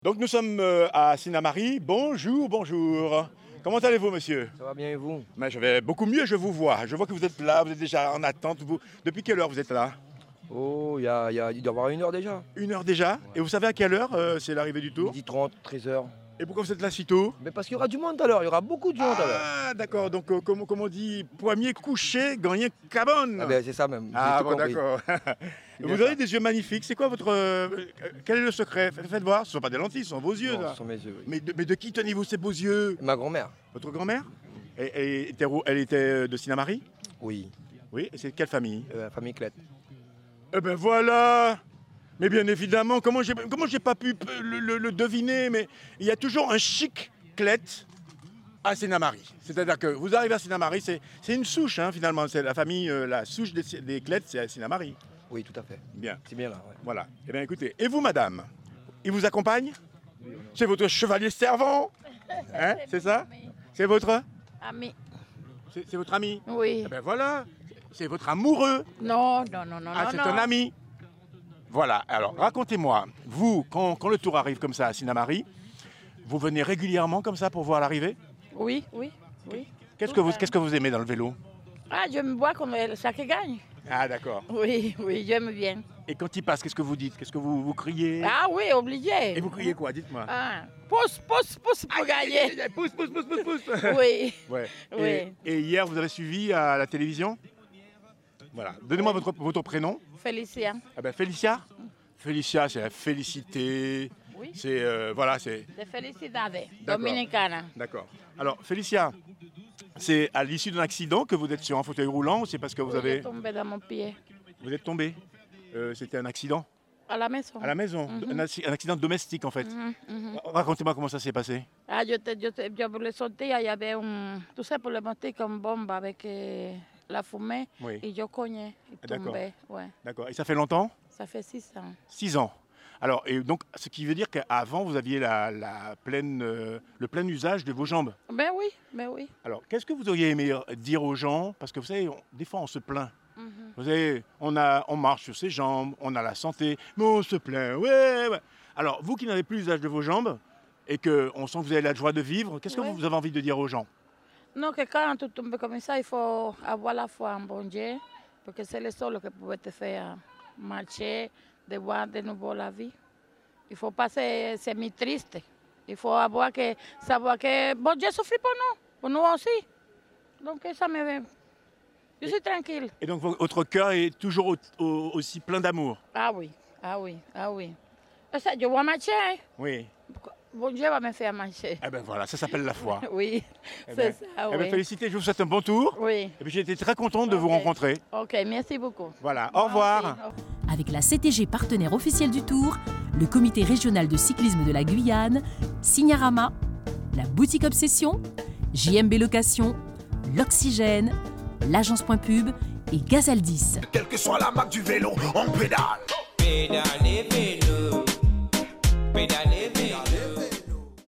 Donc nous sommes à Sinnamary. Bonjour, bonjour. Comment allez-vous, monsieur? Ça va bien et vous? Mais je vais beaucoup mieux, je vous vois. Je vois que vous êtes là, vous êtes déjà en attente. Depuis quelle heure vous êtes là? Oh, il doit y avoir 1 heure déjà. 1 heure déjà? Et vous savez à quelle heure c'est l'arrivée du tour? 12h30, 13h. Et pourquoi vous êtes là si tôt? Mais parce qu'il y aura du monde tout à l'heure, il y aura beaucoup de monde tout à l'heure. Ah, d'accord. Donc, comme on dit, premier couché, gagné cabane. Ah ben, c'est ça même. Ah, J'ai tout bon, compris. d'accord. C'est bien Vous avez ça. des yeux magnifiques. C'est quoi votre... quel est le secret? Faites voir. Ce ne sont pas des lentilles, ce sont vos yeux. Non, là. ce sont mes yeux, oui. Mais de qui tenez-vous ces beaux yeux? Ma grand-mère? Votre grand-mère? Elle était de Sinnamary? Oui, Oui. Et c'est de quelle famille? la famille Clette. Eh ben voilà! Mais bien évidemment, comment j'ai pas pu le deviner, mais il y a toujours un chic Clette à Sinnamary. C'est-à-dire que vous arrivez à Sinnamary, c'est une souche, hein, finalement. C'est la famille, la souche des Clettes, c'est à Sinnamary. Oui, tout à fait. Bien, C'est bien là, ouais. voilà. Eh bien écoutez, et vous, madame? Il vous accompagne? C'est votre chevalier servant? Hein, c'est ça? C'est votre? Ami. C'est votre ami? Oui. Eh ben voilà, c'est votre amoureux. Non. Ah, c'est un ami. Voilà, alors racontez-moi, vous, quand le tour arrive comme ça à Sinnamary, vous venez régulièrement comme ça pour voir l'arrivée? Oui. Qu'est-ce que vous aimez dans le vélo? Ah, je me vois comme ça qui gagne. Ah d'accord. Oui, j'aime bien. Et quand il passe, qu'est-ce que vous dites? Qu'est-ce que vous criez? Ah oui, obligé. Et vous criez quoi? Dites-moi. Ah, pousse pour gagner. Pousse. Oui. Ouais. Oui. Et hier, vous avez suivi à la télévision? Voilà. Donnez-moi votre prénom. Félicien. Ah ben Félicia. Félicia, c'est la félicité. Oui. C'est voilà, c'est. De felicidades. D'accord. Dominicana. D'accord. Alors Félicia, c'est à l'issue d'un accident que vous êtes sur un fauteuil roulant ou c'est parce que vous Oui, avez. j'ai tombé dans mon pied. Vous êtes tombé? C'était un accident? À la maison. À la maison? Un accident domestique en fait. Mhm. Racontez-moi comment ça s'est passé. Ah, je voulais sortir, il y avait tu sais, pour le monter comme bombe avec la fumée. Oui. Et je cognais, et D'accord. tombé. Ouais. D'accord. Et ça fait longtemps? Ça fait 6 ans. 6 ans. Alors, et donc, ce qui veut dire qu'avant, vous aviez le plein usage de vos jambes. Ben oui. Alors, qu'est-ce que vous auriez aimé dire aux gens? Parce que vous savez, des fois, on se plaint. Mhm. Vous savez, on marche sur ses jambes, on a la santé, mais on se plaint. Ouais. Alors, vous qui n'avez plus l'usage de vos jambes et qu'on sent que vous avez la joie de vivre, qu'est-ce que Ouais. vous avez envie de dire aux gens? Non, que quand tu tombes comme ça, il faut avoir la foi en bon Dieu, parce que c'est le seul qui peut te faire marcher, de voir de nouveau la vie. Il ne faut pas se mis triste. Il faut savoir que bon Dieu souffre pour nous aussi. Donc ça me... Je suis tranquille. Et donc, votre cœur est toujours aussi plein d'amour. Ah oui. Ça, je vais marcher. Hein. Oui. Bon Dieu va me faire marcher. Eh bien voilà, ça s'appelle la foi. Oui, Eh ben, c'est ça, eh ben, oui. félicité, je vous souhaite un bon tour. Oui. Et puis j'ai été très contente de vous Ok. rencontrer. Ok, merci beaucoup. Voilà, au revoir. Merci. Avec la CTG partenaire officielle du Tour, le comité régional de cyclisme de la Guyane, Signarama, la boutique Obsession, JMB Location, l'Oxygène, l'agence Point Pub et Gazaldis. Quelle que soit la marque du vélo, on pédale. Pédalez vélo, pédalez